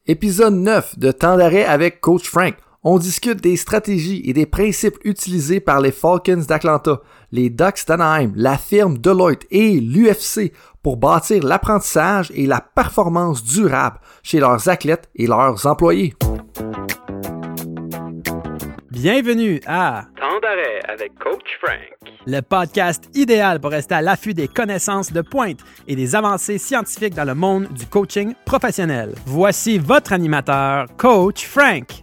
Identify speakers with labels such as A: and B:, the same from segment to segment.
A: Épisode 9 de Temps d'arrêt avec Coach Frank. On discute des stratégies et des principes utilisés par les Falcons d'Atlanta, les Ducks d'Anaheim, la firme Deloitte et l'UFC pour bâtir l'apprentissage et la performance durable chez leurs athlètes et leurs employés.
B: Bienvenue à
C: Temps d'arrêt avec Coach Frank,
B: le podcast idéal pour rester à l'affût des connaissances de pointe et des avancées scientifiques dans le monde du coaching professionnel. Voici votre animateur, Coach Frank.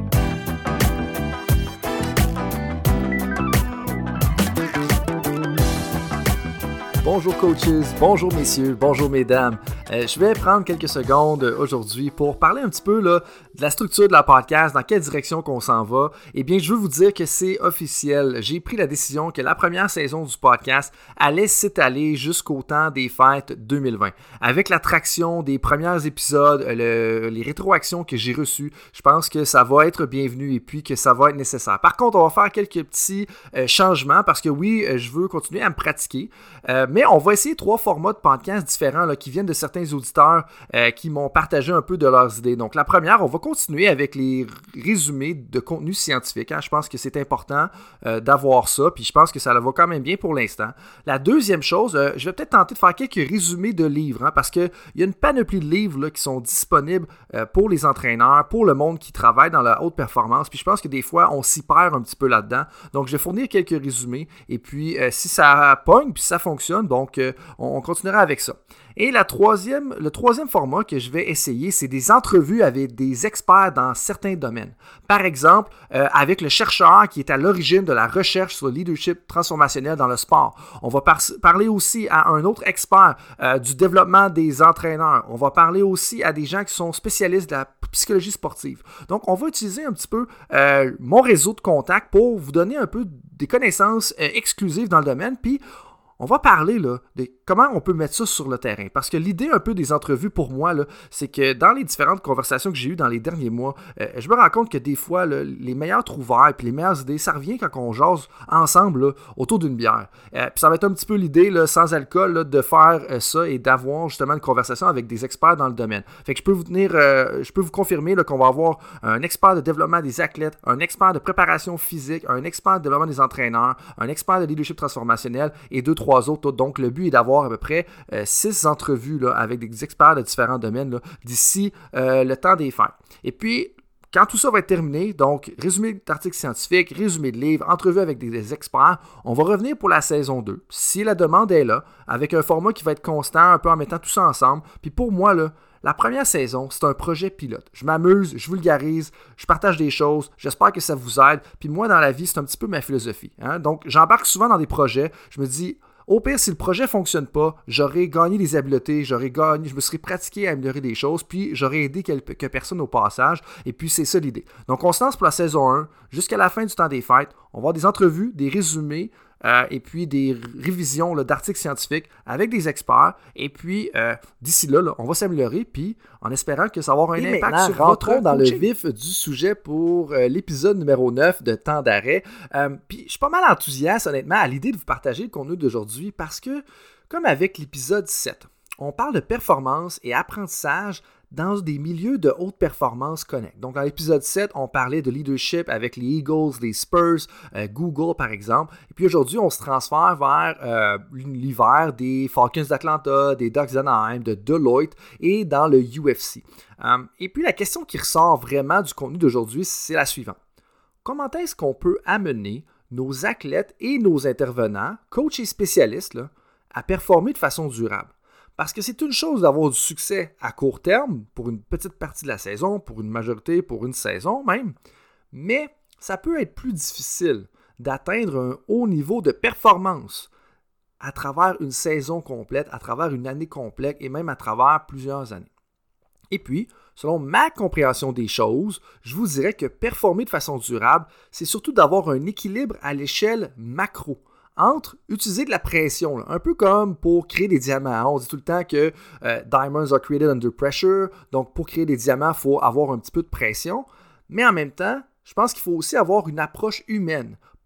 A: Bonjour coaches, bonjour messieurs, bonjour mesdames. Je vais prendre quelques secondes aujourd'hui pour parler un petit peu là, de la structure de la podcast, dans quelle direction qu'on s'en va. Eh bien, je veux vous dire que c'est officiel. J'ai pris la décision que la première saison du podcast allait s'étaler jusqu'au temps des fêtes 2020. Avec l'attraction des premiers épisodes, les rétroactions que j'ai reçues, je pense que ça va être bienvenu et puis que ça va être nécessaire. Par contre, on va faire quelques petits changements parce que oui, je veux continuer à me pratiquer. Mais on va essayer 3 formats de podcast différents là, qui viennent de certains auditeurs qui m'ont partagé un peu de leurs idées. Donc la première, on va continuer avec les résumés de contenu scientifique. Je pense que c'est important d'avoir ça, puis je pense que ça va quand même bien pour l'instant. La deuxième chose, je vais peut-être tenter de faire quelques résumés de livres, parce qu'il y a une panoplie de livres là, qui sont disponibles pour les entraîneurs, pour le monde qui travaille dans la haute performance, puis je pense que des fois, on s'y perd un petit peu là-dedans. Donc je vais fournir quelques résumés, et puis si ça pogne, puis ça fonctionne, donc on continuera avec ça. Et le troisième format que je vais essayer, c'est des entrevues avec des experts dans certains domaines. Par exemple, avec le chercheur qui est à l'origine de la recherche sur le leadership transformationnel dans le sport. On va parler aussi à un autre expert du développement des entraîneurs. On va parler aussi à des gens qui sont spécialistes de la psychologie sportive. Donc, on va utiliser un petit peu mon réseau de contacts pour vous donner un peu des connaissances exclusives dans le domaine, puis on va parler là, de comment on peut mettre ça sur le terrain. Parce que l'idée un peu des entrevues pour moi, là, c'est que dans les différentes conversations que j'ai eues dans les derniers mois, je me rends compte que des fois, là, les meilleurs trouvailles et les meilleures idées, ça revient quand on jase ensemble là, autour d'une bière. Puis ça va être un petit peu l'idée, là, sans alcool, là, de faire ça et d'avoir justement une conversation avec des experts dans le domaine. Fait que je peux vous confirmer là, qu'on va avoir un expert de développement des athlètes, un expert de préparation physique, un expert de développement des entraîneurs, un expert de leadership transformationnel et 2-3 autres. Donc, le but est d'avoir à peu près 6 entrevues là, avec des experts de différents domaines là, d'ici le temps des fêtes. Et puis, quand tout ça va être terminé, donc résumé d'articles scientifiques, résumé de livres, entrevues avec des experts, on va revenir pour la saison 2, si la demande est là, avec un format qui va être constant, un peu en mettant tout ça ensemble. Puis pour moi, là, la première saison, c'est un projet pilote. Je m'amuse, je vulgarise, je partage des choses, j'espère que ça vous aide. Puis moi, dans la vie, c'est un petit peu ma philosophie. Donc, j'embarque souvent dans des projets, je me dis... Au pire, si le projet ne fonctionne pas, j'aurais gagné des habiletés, je me serais pratiqué à améliorer des choses, puis j'aurais aidé quelques personnes au passage, et puis c'est ça l'idée. Donc on se lance pour la saison 1, jusqu'à la fin du temps des fêtes, on va avoir des entrevues, des résumés, et puis des révisions là, d'articles scientifiques avec des experts, et puis d'ici là, on va s'améliorer, puis en espérant que ça va avoir un impact sur votre coaching. Dans le vif du sujet pour l'épisode numéro 9 de Temps d'arrêt. Puis je suis pas mal enthousiaste honnêtement à l'idée de vous partager le contenu d'aujourd'hui parce que, comme avec l'épisode 7, on parle de performance et apprentissage dans des milieux de haute performance connect. Donc, dans l'épisode 7, on parlait de leadership avec les Eagles, les Spurs, Google, par exemple. Et puis aujourd'hui, on se transfère vers l'univers des Falcons d'Atlanta, des Ducks d'Anaheim, de Deloitte et dans le UFC. Et puis, la question qui ressort vraiment du contenu d'aujourd'hui, c'est la suivante. Comment est-ce qu'on peut amener nos athlètes et nos intervenants, coachs et spécialistes, là, à performer de façon durable? Parce que c'est une chose d'avoir du succès à court terme, pour une petite partie de la saison, pour une majorité, pour une saison même, mais ça peut être plus difficile d'atteindre un haut niveau de performance à travers une saison complète, à travers une année complète et même à travers plusieurs années. Et puis, selon ma compréhension des choses, je vous dirais que performer de façon durable, c'est surtout d'avoir un équilibre à l'échelle macro. Entre utiliser de la pression, là, un peu comme pour créer des diamants. On dit tout le temps que diamonds are created under pressure. Donc, pour créer des diamants, il faut avoir un petit peu de pression. Mais en même temps, je pense qu'il faut aussi avoir une approche humaine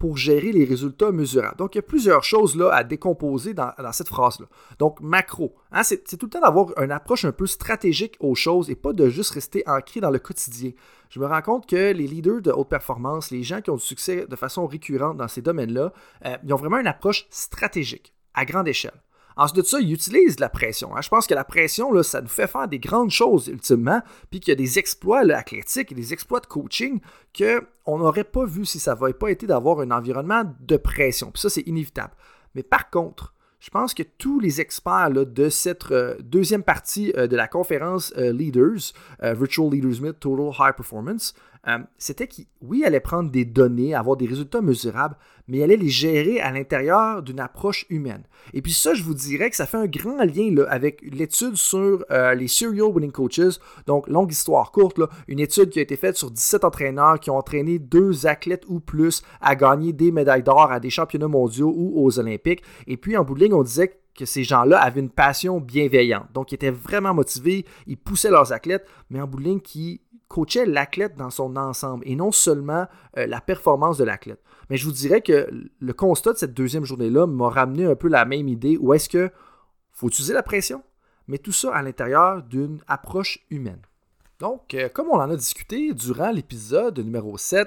A: pour gérer les résultats mesurables. Donc, il y a plusieurs choses là, à décomposer dans cette phrase-là. Donc, macro, hein, c'est tout le temps d'avoir une approche un peu stratégique aux choses et pas de juste rester ancré dans le quotidien. Je me rends compte que les leaders de haute performance, les gens qui ont du succès de façon récurrente dans ces domaines-là, ils ont vraiment une approche stratégique à grande échelle. Ensuite de ça, ils utilisent la pression. Hein. Je pense que la pression, là, ça nous fait faire des grandes choses ultimement, puis qu'il y a des exploits là, athlétiques et des exploits de coaching qu'on n'aurait pas vu si ça n'avait pas été d'avoir un environnement de pression. Puis ça, c'est inévitable. Mais par contre, je pense que tous les experts là, de cette deuxième partie de la conférence Leaders, Virtual Leaders Meet Total High Performance, c'était qu'ils, oui, allaient prendre des données, avoir des résultats mesurables, mais ils allaient les gérer à l'intérieur d'une approche humaine. Et puis ça, je vous dirais que ça fait un grand lien là, avec l'étude sur les Serial Winning Coaches. Donc, longue histoire courte, là, une étude qui a été faite sur 17 entraîneurs qui ont entraîné 2 athlètes ou plus à gagner des médailles d'or à des championnats mondiaux ou aux Olympiques. Et puis, en bout de ligne, on disait que ces gens-là avaient une passion bienveillante. Donc, ils étaient vraiment motivés, ils poussaient leurs athlètes, mais en bout de ligne, qui coachait l'athlète dans son ensemble et non seulement la performance de l'athlète. Mais je vous dirais que le constat de cette deuxième journée-là m'a ramené un peu la même idée où est-ce qu'il faut utiliser la pression, mais tout ça à l'intérieur d'une approche humaine. Donc, comme on en a discuté durant l'épisode numéro 7,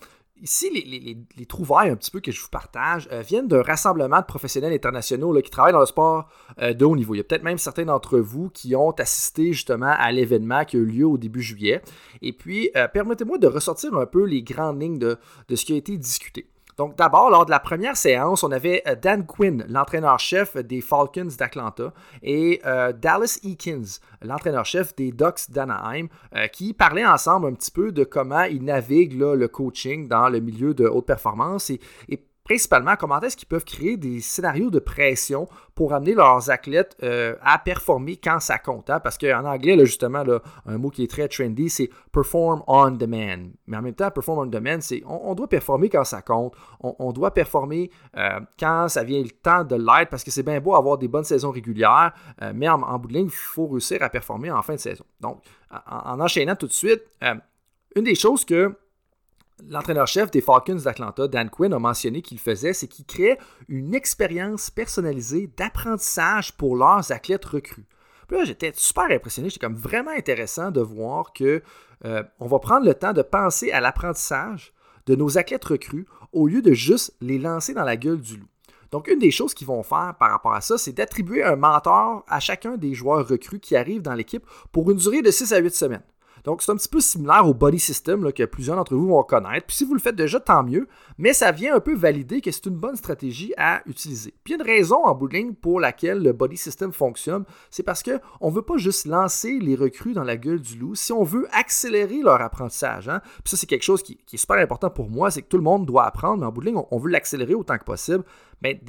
A: ici, les trouvailles un petit peu que je vous partage viennent d'un rassemblement de professionnels internationaux là, qui travaillent dans le sport de haut niveau. Il y a peut-être même certains d'entre vous qui ont assisté justement à l'événement qui a eu lieu au début juillet. Et puis, permettez-moi de ressortir un peu les grandes lignes de ce qui a été discuté. Donc d'abord, lors de la première séance, on avait Dan Quinn, l'entraîneur-chef des Falcons d'Atlanta, et Dallas Eakins, l'entraîneur-chef des Ducks d'Anaheim, qui parlaient ensemble un petit peu de comment ils naviguent là, le coaching dans le milieu de haute performance et principalement, comment est-ce qu'ils peuvent créer des scénarios de pression pour amener leurs athlètes à performer quand ça compte. Hein? Parce qu'en anglais, là, justement, là, un mot qui est très trendy, c'est « perform on demand ». Mais en même temps, « perform on demand », c'est on doit performer quand ça compte. On doit performer quand ça vient le temps de l'être, parce que c'est bien beau avoir des bonnes saisons régulières, mais en bout de ligne, il faut réussir à performer en fin de saison. Donc, en enchaînant tout de suite, une des choses que l'entraîneur-chef des Falcons d'Atlanta, Dan Quinn, a mentionné qu'il faisait, c'est qu'il créait une expérience personnalisée d'apprentissage pour leurs athlètes recrues. Puis là, j'étais super impressionné, c'était comme vraiment intéressant de voir que on va prendre le temps de penser à l'apprentissage de nos athlètes recrues au lieu de juste les lancer dans la gueule du loup. Donc, une des choses qu'ils vont faire par rapport à ça, c'est d'attribuer un mentor à chacun des joueurs recrues qui arrivent dans l'équipe pour une durée de 6 à 8 semaines. Donc, c'est un petit peu similaire au body system là, que plusieurs d'entre vous vont connaître. Puis si vous le faites déjà, tant mieux. Mais ça vient un peu valider que c'est une bonne stratégie à utiliser. Puis il y a une raison en bout de ligne pour laquelle le body system fonctionne. C'est parce qu'on ne veut pas juste lancer les recrues dans la gueule du loup. Si on veut accélérer leur apprentissage, hein, puis ça, c'est quelque chose qui est super important pour moi, c'est que tout le monde doit apprendre. Mais en bout de ligne, on veut l'accélérer autant que possible. Mais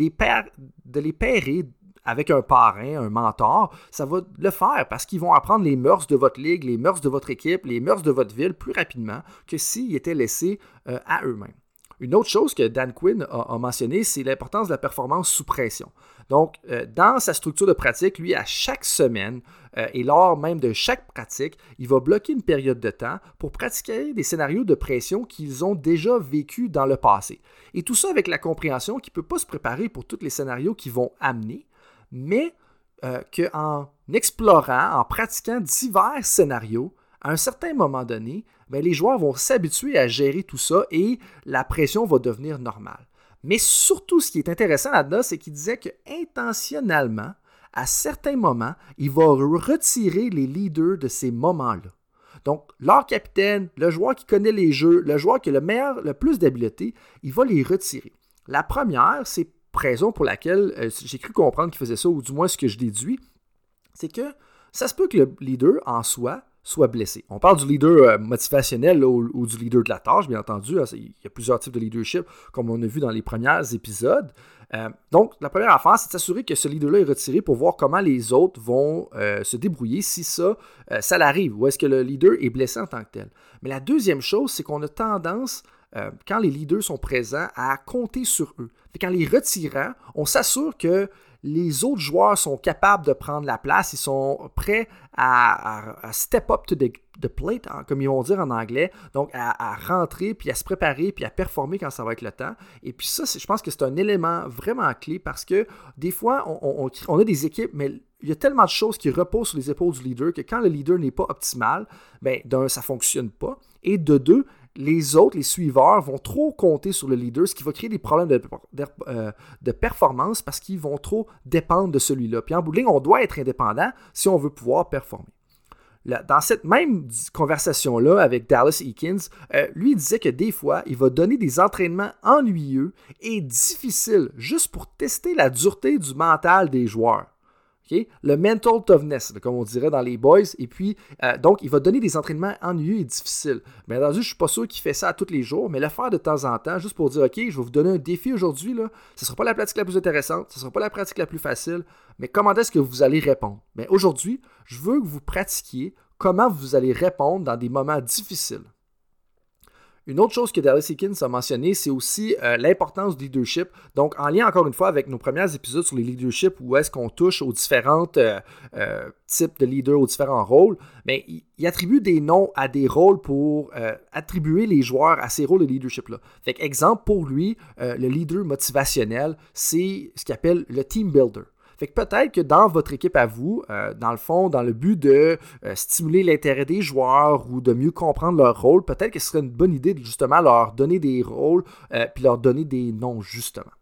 A: de les pairer avec un parrain, un mentor, ça va le faire parce qu'ils vont apprendre les mœurs de votre ligue, les mœurs de votre équipe, les mœurs de votre ville plus rapidement que s'ils étaient laissés à eux-mêmes. Une autre chose que Dan Quinn a mentionné, c'est l'importance de la performance sous pression. Donc, dans sa structure de pratique, lui, à chaque semaine et lors même de chaque pratique, il va bloquer une période de temps pour pratiquer des scénarios de pression qu'ils ont déjà vécus dans le passé. Et tout ça avec la compréhension qu'il ne peut pas se préparer pour tous les scénarios qu'ils vont amener, mais qu'en explorant, en pratiquant divers scénarios, à un certain moment donné, bien, les joueurs vont s'habituer à gérer tout ça et la pression va devenir normale. Mais surtout, ce qui est intéressant là-dedans, c'est qu'il disait qu'intentionnellement, à certains moments, il va retirer les leaders de ces moments-là. Donc, leur capitaine, le joueur qui connaît les jeux, le joueur qui a le plus d'habileté, il va les retirer. La première, c'est raison pour laquelle j'ai cru comprendre qu'il faisait ça, ou du moins ce que je déduis, c'est que ça se peut que le leader en soi soit blessé. On parle du leader motivationnel là, ou du leader de la tâche, bien entendu. Hein, il y a plusieurs types de leadership, comme on a vu dans les premiers épisodes. Donc, la première affaire, c'est de s'assurer que ce leader-là est retiré pour voir comment les autres vont se débrouiller si ça l'arrive, ou est-ce que le leader est blessé en tant que tel. Mais la deuxième chose, c'est qu'on a tendance, quand les leaders sont présents, à compter sur eux. Et qu'en les retirant, on s'assure que les autres joueurs sont capables de prendre la place, ils sont prêts à step up to the plate, hein, comme ils vont dire en anglais, donc à rentrer, puis à se préparer, puis à performer quand ça va être le temps. Et puis ça, je pense que c'est un élément vraiment clé parce que des fois, on a des équipes, mais il y a tellement de choses qui reposent sur les épaules du leader que quand le leader n'est pas optimal, bien, d'un, ça ne fonctionne pas. Et de deux, les autres, les suiveurs, vont trop compter sur le leader, ce qui va créer des problèmes de performance parce qu'ils vont trop dépendre de celui-là. Puis en bout de ligne, on doit être indépendant si on veut pouvoir performer. Dans cette même conversation-là avec Dallas Eakins, lui disait que des fois, il va donner des entraînements ennuyeux et difficiles juste pour tester la dureté du mental des joueurs. Okay? Le mental toughness, comme on dirait dans les boys. Et puis, donc, il va donner des entraînements ennuyeux et difficiles. Bien entendu, je ne suis pas sûr qu'il fait ça à tous les jours, mais le faire de temps en temps, juste pour dire, OK, je vais vous donner un défi aujourd'hui, là. Ce ne sera pas la pratique la plus intéressante, ce ne sera pas la pratique la plus facile, mais comment est-ce que vous allez répondre? Bien, aujourd'hui, je veux que vous pratiquiez comment vous allez répondre dans des moments difficiles. Une autre chose que Dallas Eakins a mentionné, c'est aussi l'importance du leadership. Donc, en lien encore une fois avec nos premiers épisodes sur les leaderships, où est-ce qu'on touche aux différents types de leaders, aux différents rôles, mais il attribue des noms à des rôles pour attribuer les joueurs à ces rôles de leadership-là. Fait qu'exemple, pour lui, le leader motivationnel, c'est ce qu'il appelle le team builder. Fait que peut-être que dans votre équipe à vous, dans le fond, dans le but de stimuler l'intérêt des joueurs ou de mieux comprendre leur rôle, peut-être que ce serait une bonne idée de justement leur donner des rôles puis leur donner des noms justement.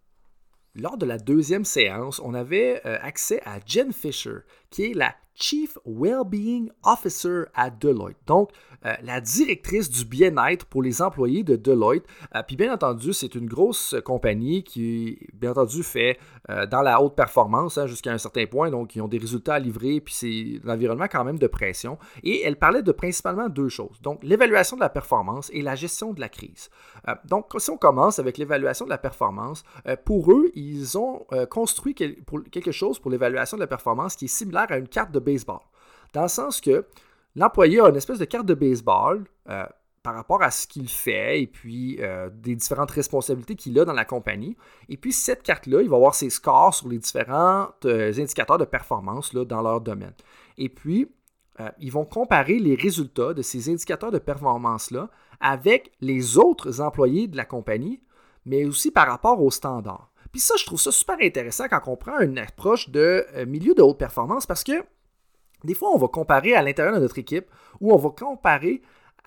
A: Lors de la deuxième séance, on avait accès à Jen Fisher, qui est la Chief Wellbeing Officer à Deloitte. Donc, la directrice du bien-être pour les employés de Deloitte. Puis bien entendu, c'est une grosse compagnie qui, bien entendu, fait dans la haute performance jusqu'à un certain point. Donc, ils ont des résultats à livrer, puis c'est un environnement quand même de pression. Et elle parlait de principalement deux choses. Donc, l'évaluation de la performance et la gestion de la crise. Donc, si on commence avec l'évaluation de la performance, pour eux, ils ont construit quelque chose pour l'évaluation de la performance qui est similaire à une carte de baseball. Dans le sens que l'employé a une espèce de carte de baseball par rapport à ce qu'il fait et puis des différentes responsabilités qu'il a dans la compagnie. Et puis, cette carte-là, il va avoir ses scores sur les différents indicateurs de performance là, dans leur domaine. Et puis, ils vont comparer les résultats de ces indicateurs de performance-là avec les autres employés de la compagnie, mais aussi par rapport aux standards. Puis ça, je trouve ça super intéressant quand on prend une approche de milieu de haute performance parce que des fois, on va comparer à l'intérieur de notre équipe ou on va comparer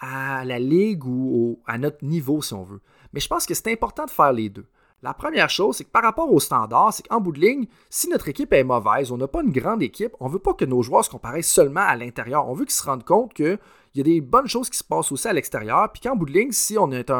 A: à la ligue ou à notre niveau, si on veut. Mais je pense que c'est important de faire les deux. La première chose, c'est que par rapport aux standards, c'est qu'en bout de ligne, si notre équipe est mauvaise, on n'a pas une grande équipe, on ne veut pas que nos joueurs se comparent seulement à l'intérieur. On veut qu'ils se rendent compte qu'il y a des bonnes choses qui se passent aussi à l'extérieur. Puis qu'en bout de ligne, si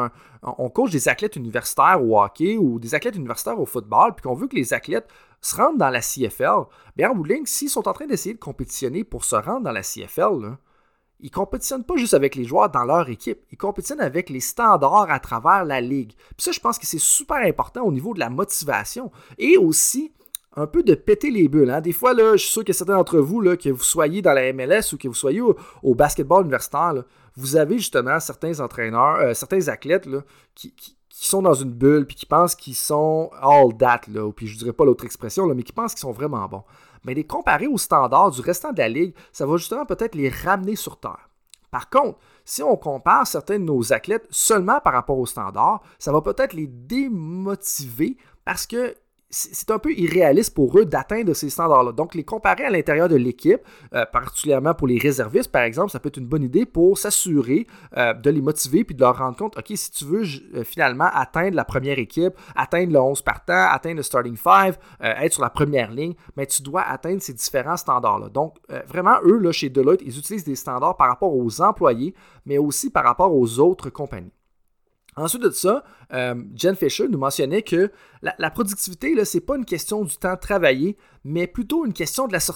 A: on coach des athlètes universitaires au hockey ou des athlètes universitaires au football, puis qu'on veut que les athlètes se rendent dans la CFL, bien en bout de ligne, s'ils sont en train d'essayer de compétitionner pour se rendre dans la CFL, là, ils ne compétitionnent pas juste avec les joueurs dans leur équipe. Ils compétitionnent avec les standards à travers la ligue. Puis ça, je pense que c'est super important au niveau de la motivation. Et aussi, un peu de péter les bulles. Hein. Des fois, là, je suis sûr que certains d'entre vous, là, que vous soyez dans la MLS ou que vous soyez au basketball universitaire, là, vous avez justement certains entraîneurs, certains athlètes là, qui sont dans une bulle puis qui pensent qu'ils sont all that. Là, puis je ne dirais pas l'autre expression, là, mais qui pensent qu'ils sont vraiment bons. Mais les comparer aux standards du restant de la ligue, ça va justement peut-être les ramener sur terre. Par contre, si on compare certains de nos athlètes seulement par rapport aux standards, ça va peut-être les démotiver parce que c'est un peu irréaliste pour eux d'atteindre ces standards-là. Donc, les comparer à l'intérieur de l'équipe, particulièrement pour les réservistes, par exemple, ça peut être une bonne idée pour s'assurer de les motiver puis de leur rendre compte, OK, si tu veux finalement atteindre la première équipe, atteindre le 11 partant, atteindre le starting 5, être sur la première ligne, mais tu dois atteindre ces différents standards-là. Donc, vraiment, eux, là, chez Deloitte, ils utilisent des standards par rapport aux employés, mais aussi par rapport aux autres compagnies. Ensuite de ça, Jen Fisher nous mentionnait que la productivité, ce n'est pas une question du temps travaillé, mais plutôt une question de la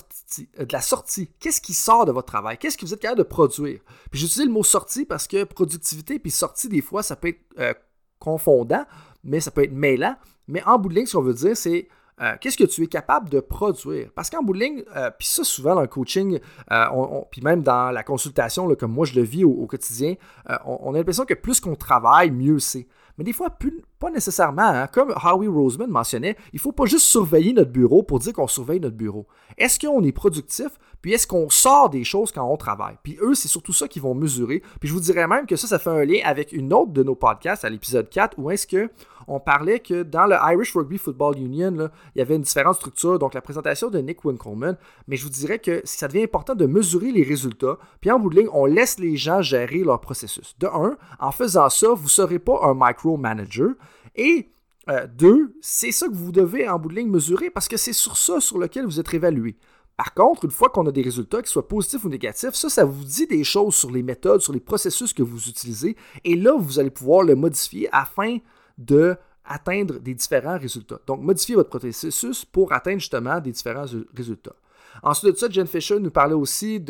A: sortie. Qu'est-ce qui sort de votre travail? Qu'est-ce que vous êtes capable de produire? Puis j'utilise le mot sortie parce que productivité puis sortie, des fois, ça peut être confondant, mais ça peut être mêlant. Mais en bout de ligne, ce qu'on veut dire, c'est qu'est-ce que tu es capable de produire? Parce qu'en bout de ligne, puis ça souvent dans le coaching, puis même dans la consultation, là, comme moi je le vis au quotidien, on a l'impression que plus qu'on travaille, mieux c'est. Mais des fois, Pas nécessairement. Hein? Comme Howie Roseman mentionnait, il ne faut pas juste surveiller notre bureau pour dire qu'on surveille notre bureau. Est-ce qu'on est productif? Puis est-ce qu'on sort des choses quand on travaille? Puis eux, c'est surtout ça qu'ils vont mesurer. Puis je vous dirais même que ça fait un lien avec une autre de nos podcasts à l'épisode 4 où est-ce qu'on parlait que dans le Irish Rugby Football Union, là, il y avait une différente structure, donc la présentation de Nick Winkelman. Mais je vous dirais que ça devient important de mesurer les résultats. Puis en bout de ligne, on laisse les gens gérer leur processus. De un, en faisant ça, vous ne serez pas un micromanager. Et deux, c'est ça que vous devez en bout de ligne mesurer parce que c'est sur ça sur lequel vous êtes évalué. Par contre, une fois qu'on a des résultats, qu'ils soient positifs ou négatifs, ça vous dit des choses sur les méthodes, sur les processus que vous utilisez. Et là, vous allez pouvoir le modifier afin d'atteindre des différents résultats. Donc, modifier votre processus pour atteindre justement des différents résultats. Ensuite de ça, Jen Fisher nous parlait aussi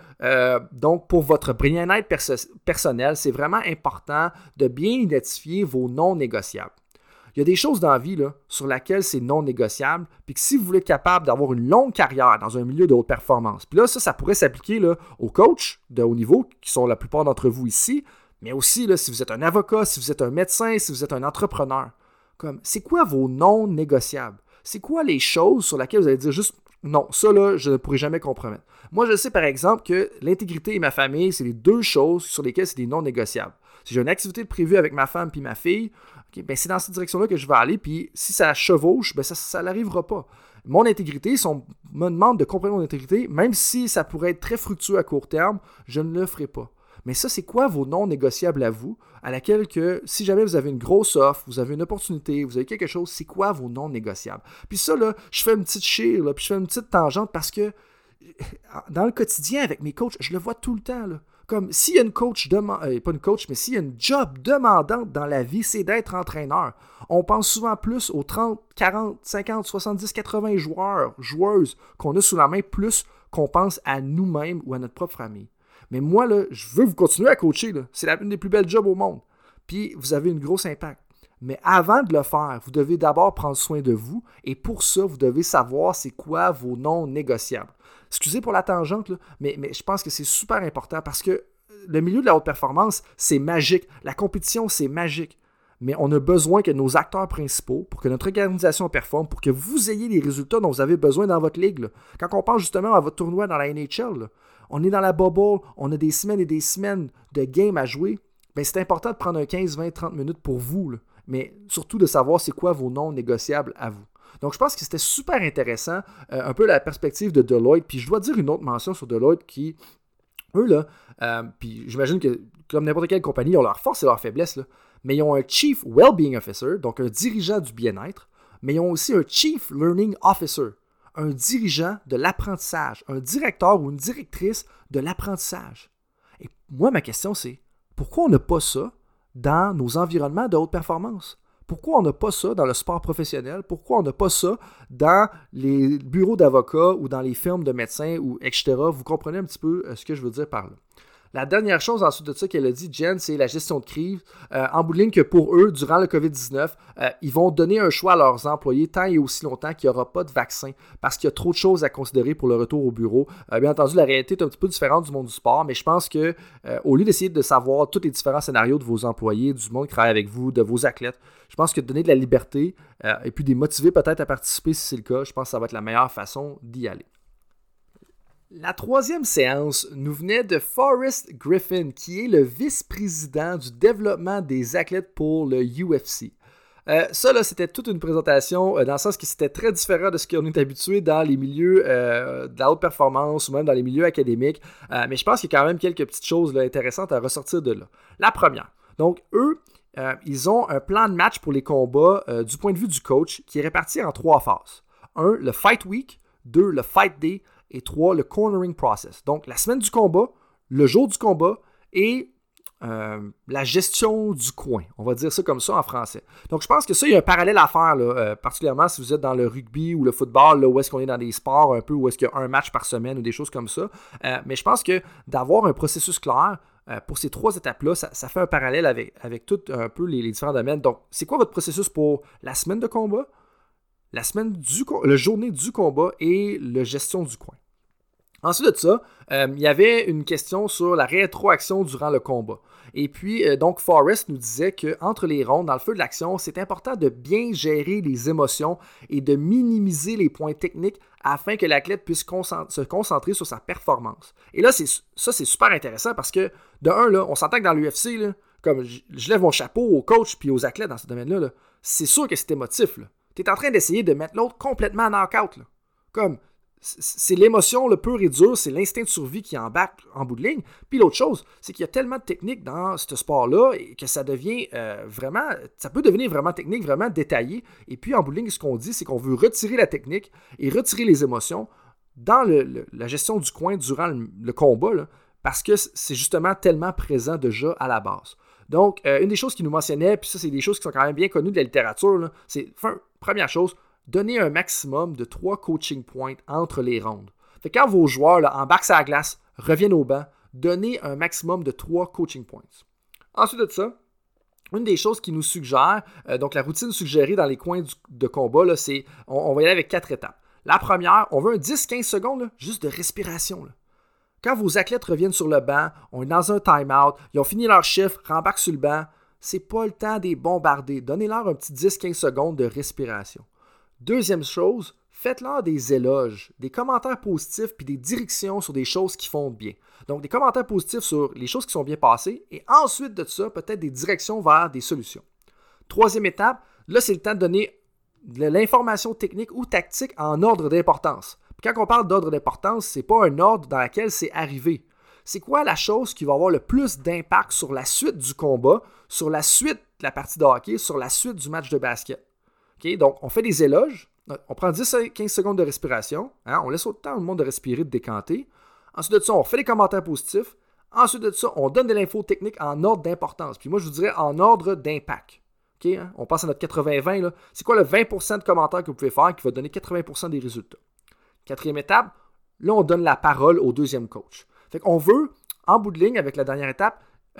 A: donc pour votre bien-être personnel, c'est vraiment important de bien identifier vos non négociables. Il y a des choses dans la vie là, sur lesquelles c'est non négociable, puis que si vous voulez être capable d'avoir une longue carrière dans un milieu de haute performance, puis là, ça pourrait s'appliquer là, aux coachs de haut niveau, qui sont la plupart d'entre vous ici, mais aussi là, si vous êtes un avocat, si vous êtes un médecin, si vous êtes un entrepreneur. C'est quoi vos non négociables? C'est quoi les choses sur lesquelles vous allez dire juste non, ça là, je ne pourrai jamais compromettre. Moi, je sais par exemple que l'intégrité et ma famille, c'est les deux choses sur lesquelles c'est des non négociables. Si j'ai une activité prévue avec ma femme puis ma fille, ben c'est dans cette direction-là que je vais aller, puis si ça chevauche, ben ça n'arrivera pas. Mon intégrité, si on me demande de comprendre mon intégrité, même si ça pourrait être très fructueux à court terme, je ne le ferai pas. Mais ça, c'est quoi vos non négociables à vous, à laquelle que, si jamais vous avez une grosse offre, vous avez une opportunité, vous avez quelque chose, c'est quoi vos non négociables? Puis ça, là, je fais une petite chire, là, puis je fais une petite tangente parce que dans le quotidien avec mes coachs, je le vois tout le temps, là. Comme s'il y a une coach pas une coach, mais s'il y a une job demandante dans la vie, c'est d'être entraîneur. On pense souvent plus aux 30, 40, 50, 70, 80 joueuses qu'on a sous la main, plus qu'on pense à nous-mêmes ou à notre propre famille. Mais moi, là, je veux vous continuer à coacher. Là. C'est l'une des plus belles jobs au monde. Puis, vous avez un gros impact. Mais avant de le faire, vous devez d'abord prendre soin de vous. Et pour ça, vous devez savoir c'est quoi vos non négociables. Excusez pour la tangente, là, mais je pense que c'est super important parce que le milieu de la haute performance, c'est magique. La compétition, c'est magique. Mais on a besoin que nos acteurs principaux, pour que notre organisation performe, pour que vous ayez les résultats dont vous avez besoin dans votre ligue. Là. Quand on pense justement à votre tournoi dans la NHL, là, on est dans la bubble, on a des semaines et des semaines de games à jouer. Bien, c'est important de prendre un 15, 20, 30 minutes pour vous, là. Mais surtout de savoir c'est quoi vos non négociables à vous. Donc, je pense que c'était super intéressant, un peu la perspective de Deloitte. Puis, je dois dire une autre mention sur Deloitte qui, eux, là, puis j'imagine que, comme n'importe quelle compagnie, ils ont leur force et leur faiblesse, là, mais ils ont un Chief Wellbeing Officer, donc un dirigeant du bien-être, mais ils ont aussi un Chief Learning Officer, un dirigeant de l'apprentissage, un directeur ou une directrice de l'apprentissage. Et moi, ma question, c'est pourquoi on n'a pas ça dans nos environnements de haute performance? Pourquoi on n'a pas ça dans le sport professionnel? Pourquoi on n'a pas ça dans les bureaux d'avocats ou dans les firmes de médecins ou etc.? Vous comprenez un petit peu ce que je veux dire par là. La dernière chose ensuite de ça qu'elle a dit, Jen, c'est la gestion de crise. En bout de ligne que pour eux, durant le COVID-19, ils vont donner un choix à leurs employés tant et aussi longtemps qu'il n'y aura pas de vaccin parce qu'il y a trop de choses à considérer pour le retour au bureau. Bien entendu, la réalité est un petit peu différente du monde du sport, mais je pense que au lieu d'essayer de savoir tous les différents scénarios de vos employés, du monde qui travaille avec vous, de vos athlètes, je pense que donner de la liberté et puis les motiver peut-être à participer si c'est le cas, je pense que ça va être la meilleure façon d'y aller. La troisième séance nous venait de Forrest Griffin, qui est le vice-président du développement des athlètes pour le UFC. Ça, là, c'était toute une présentation dans le sens que c'était très différent de ce qu'on est habitué dans les milieux de la haute performance ou même dans les milieux académiques. Mais je pense qu'il y a quand même quelques petites choses là, intéressantes à ressortir de là. La première, donc eux, ils ont un plan de match pour les combats du point de vue du coach qui est réparti en 3 phases. 1, le Fight Week. 2, le Fight Day. Et 3, le cornering process. Donc, la semaine du combat, le jour du combat et la gestion du coin. On va dire ça comme ça en français. Donc, je pense que ça, il y a un parallèle à faire, là, particulièrement si vous êtes dans le rugby ou le football, là, où est-ce qu'on est dans des sports un peu, où est-ce qu'il y a un match par semaine ou des choses comme ça. Mais je pense que d'avoir un processus clair pour ces 3 étapes-là, ça fait un parallèle avec tout un peu les différents domaines. Donc, c'est quoi votre processus pour la semaine de combat, la journée du combat et la gestion du coin? Ensuite de ça, il y avait une question sur la rétroaction durant le combat. Et puis, donc, Forrest nous disait qu'entre les rondes, dans le feu de l'action, c'est important de bien gérer les émotions et de minimiser les points techniques afin que l'athlète puisse se concentrer sur sa performance. Et là, c'est super intéressant parce que, de un, là, on s'entend que dans l'UFC, là, comme je lève mon chapeau aux coachs et aux athlètes dans ce domaine-là, là, c'est sûr que c'est émotif. Tu es en train d'essayer de mettre l'autre complètement en knock-out. Là. Comme, c'est l'émotion le pur et dur, c'est l'instinct de survie qui embarque en bout de ligne. Puis l'autre chose, c'est qu'il y a tellement de techniques dans ce sport-là que ça devient ça peut devenir vraiment technique, vraiment détaillé. Et puis en bout de ligne, ce qu'on dit, c'est qu'on veut retirer la technique et retirer les émotions dans la gestion du coin durant le combat, là, parce que c'est justement tellement présent déjà à la base. Donc, une des choses qu'il nous mentionnait, puis ça, c'est des choses qui sont quand même bien connues de la littérature, là, c'est, première chose, donner un maximum de 3 coaching points entre les rondes. Fait que quand vos joueurs là, embarquent sur la glace, reviennent au banc, donnez un maximum de 3 coaching points. Ensuite de ça, une des choses qu'il nous suggère, donc la routine suggérée dans les coins de combat, là, c'est on va y aller avec 4 étapes. La première, on veut un 10-15 secondes là, juste de respiration. Là. Quand vos athlètes reviennent sur le banc, on est dans un time-out, ils ont fini leur chiffre, rembarquent sur le banc, c'est pas le temps de les bombarder. Donnez-leur un petit 10-15 secondes de respiration. Deuxième chose, faites-leur des éloges, des commentaires positifs puis des directions sur des choses qui font bien. Donc, des commentaires positifs sur les choses qui sont bien passées et ensuite de ça, peut-être des directions vers des solutions. Troisième étape, là, c'est le temps de donner de l'information technique ou tactique en ordre d'importance. Puis quand on parle d'ordre d'importance, ce n'est pas un ordre dans lequel c'est arrivé. C'est quoi la chose qui va avoir le plus d'impact sur la suite du combat, sur la suite de la partie de hockey, sur la suite du match de basket? Okay, donc, on fait des éloges, on prend 10-15 secondes de respiration, on laisse autant le monde de respirer, de décanter. Ensuite de ça, on fait des commentaires positifs. Ensuite de ça, on donne de l'info technique en ordre d'importance. Puis moi, je vous dirais en ordre d'impact. Okay, on passe à notre 80-20. Là. C'est quoi le 20% de commentaires que vous pouvez faire qui va donner 80% des résultats? Quatrième étape, là, on donne la parole au deuxième coach. Fait qu'on veut, en bout de ligne, avec la dernière étape,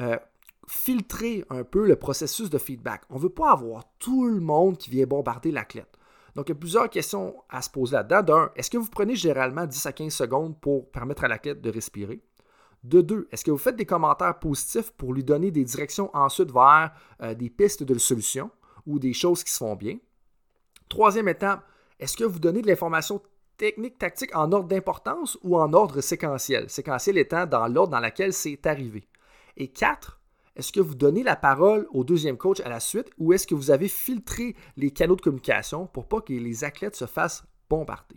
A: filtrer un peu le processus de feedback. On ne veut pas avoir tout le monde qui vient bombarder l'athlète. Donc, il y a plusieurs questions à se poser là-dedans. D'un, est-ce que vous prenez généralement 10 à 15 secondes pour permettre à l'athlète de respirer? De deux, est-ce que vous faites des commentaires positifs pour lui donner des directions ensuite vers des pistes de solutions ou des choses qui se font bien? Troisième étape, est-ce que vous donnez de l'information technique, tactique en ordre d'importance ou en ordre séquentiel? Séquentiel étant dans l'ordre dans lequel c'est arrivé. Et 4, est-ce que vous donnez la parole au deuxième coach à la suite ou est-ce que vous avez filtré les canaux de communication pour pas que les athlètes se fassent bombarder?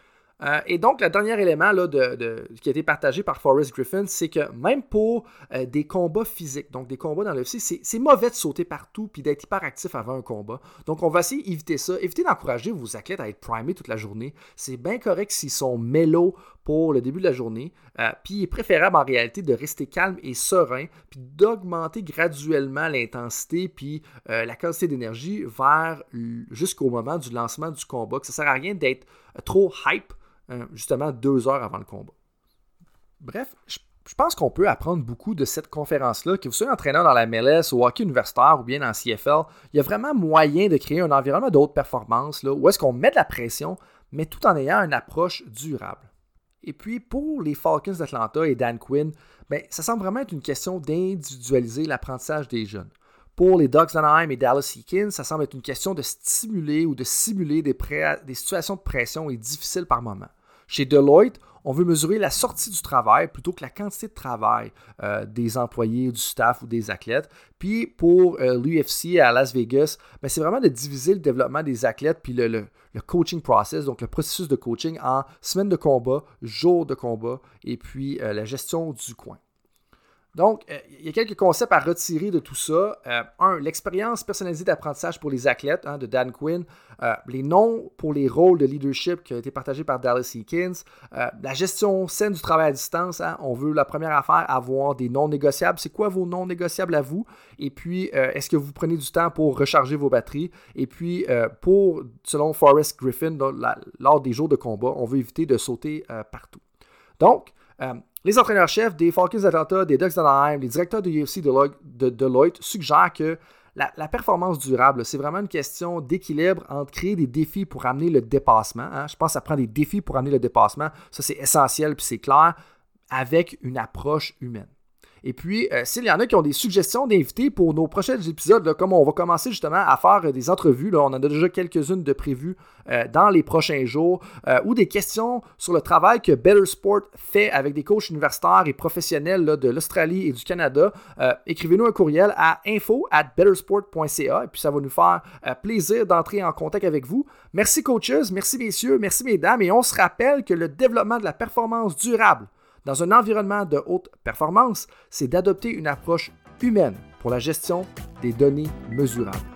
A: Et donc, le dernier élément là, qui a été partagé par Forrest Griffin, c'est que même pour des combats physiques, donc des combats dans l'UFC, c'est mauvais de sauter partout et d'être hyper actif avant un combat. Donc, on va essayer d'éviter ça. Évitez d'encourager vos athlètes à être primés toute la journée. C'est bien correct s'ils sont mélos pour le début de la journée. Puis, il est préférable en réalité de rester calme et serein, puis d'augmenter graduellement l'intensité puis la quantité d'énergie jusqu'au moment du lancement du combat. Que ça ne sert à rien d'être trop hype justement 2 heures avant le combat. Bref, je pense qu'on peut apprendre beaucoup de cette conférence-là, que vous soyez entraîneur dans la MLS, au hockey universitaire ou bien dans la CFL. Il y a vraiment moyen de créer un environnement de haute performance là, où est-ce qu'on met de la pression, mais tout en ayant une approche durable. Et puis, pour les Falcons d'Atlanta et Dan Quinn, ça semble vraiment être une question d'individualiser l'apprentissage des jeunes. Pour les Ducks d'Anaheim et Dallas Eakins, ça semble être une question de stimuler ou de simuler des situations de pression et difficiles par moment. Chez Deloitte, on veut mesurer la sortie du travail plutôt que la quantité de travail des employés, du staff ou des athlètes. Puis pour l'UFC à Las Vegas, c'est vraiment de diviser le développement des athlètes puis le coaching process, donc le processus de coaching en semaines de combat, jours de combat et puis la gestion du coin. Donc, il y a quelques concepts à retirer de tout ça. L'expérience personnalisée d'apprentissage pour les athlètes de Dan Quinn, les noms pour les rôles de leadership qui ont été partagés par Dallas Eakins, la gestion saine du travail à distance. On veut, la première affaire, avoir des non négociables. C'est quoi vos non négociables à vous? Et puis, est-ce que vous prenez du temps pour recharger vos batteries? Et puis, selon Forrest Griffin, lors des jours de combat, on veut éviter de sauter partout. Donc, les entraîneurs-chefs des Falcons d'Atlanta, des Ducks d'Anaheim, les directeurs de UFC de Deloitte suggèrent que la performance durable, c'est vraiment une question d'équilibre entre créer des défis pour amener le dépassement. Hein? Je pense que ça prend des défis pour amener le dépassement. Ça, c'est essentiel, puis c'est clair, avec une approche humaine. Et puis, s'il y en a qui ont des suggestions d'invités pour nos prochains épisodes, là, comme on va commencer justement à faire des entrevues, là, on en a déjà quelques-unes de prévues dans les prochains jours, ou des questions sur le travail que Better Sport fait avec des coachs universitaires et professionnels là, de l'Australie et du Canada, écrivez-nous un courriel à info@bettersport.ca et puis ça va nous faire plaisir d'entrer en contact avec vous. Merci coaches, merci messieurs, merci mesdames, et on se rappelle que le développement de la performance durable dans un environnement de haute performance, c'est d'adopter une approche humaine pour la gestion des données mesurables.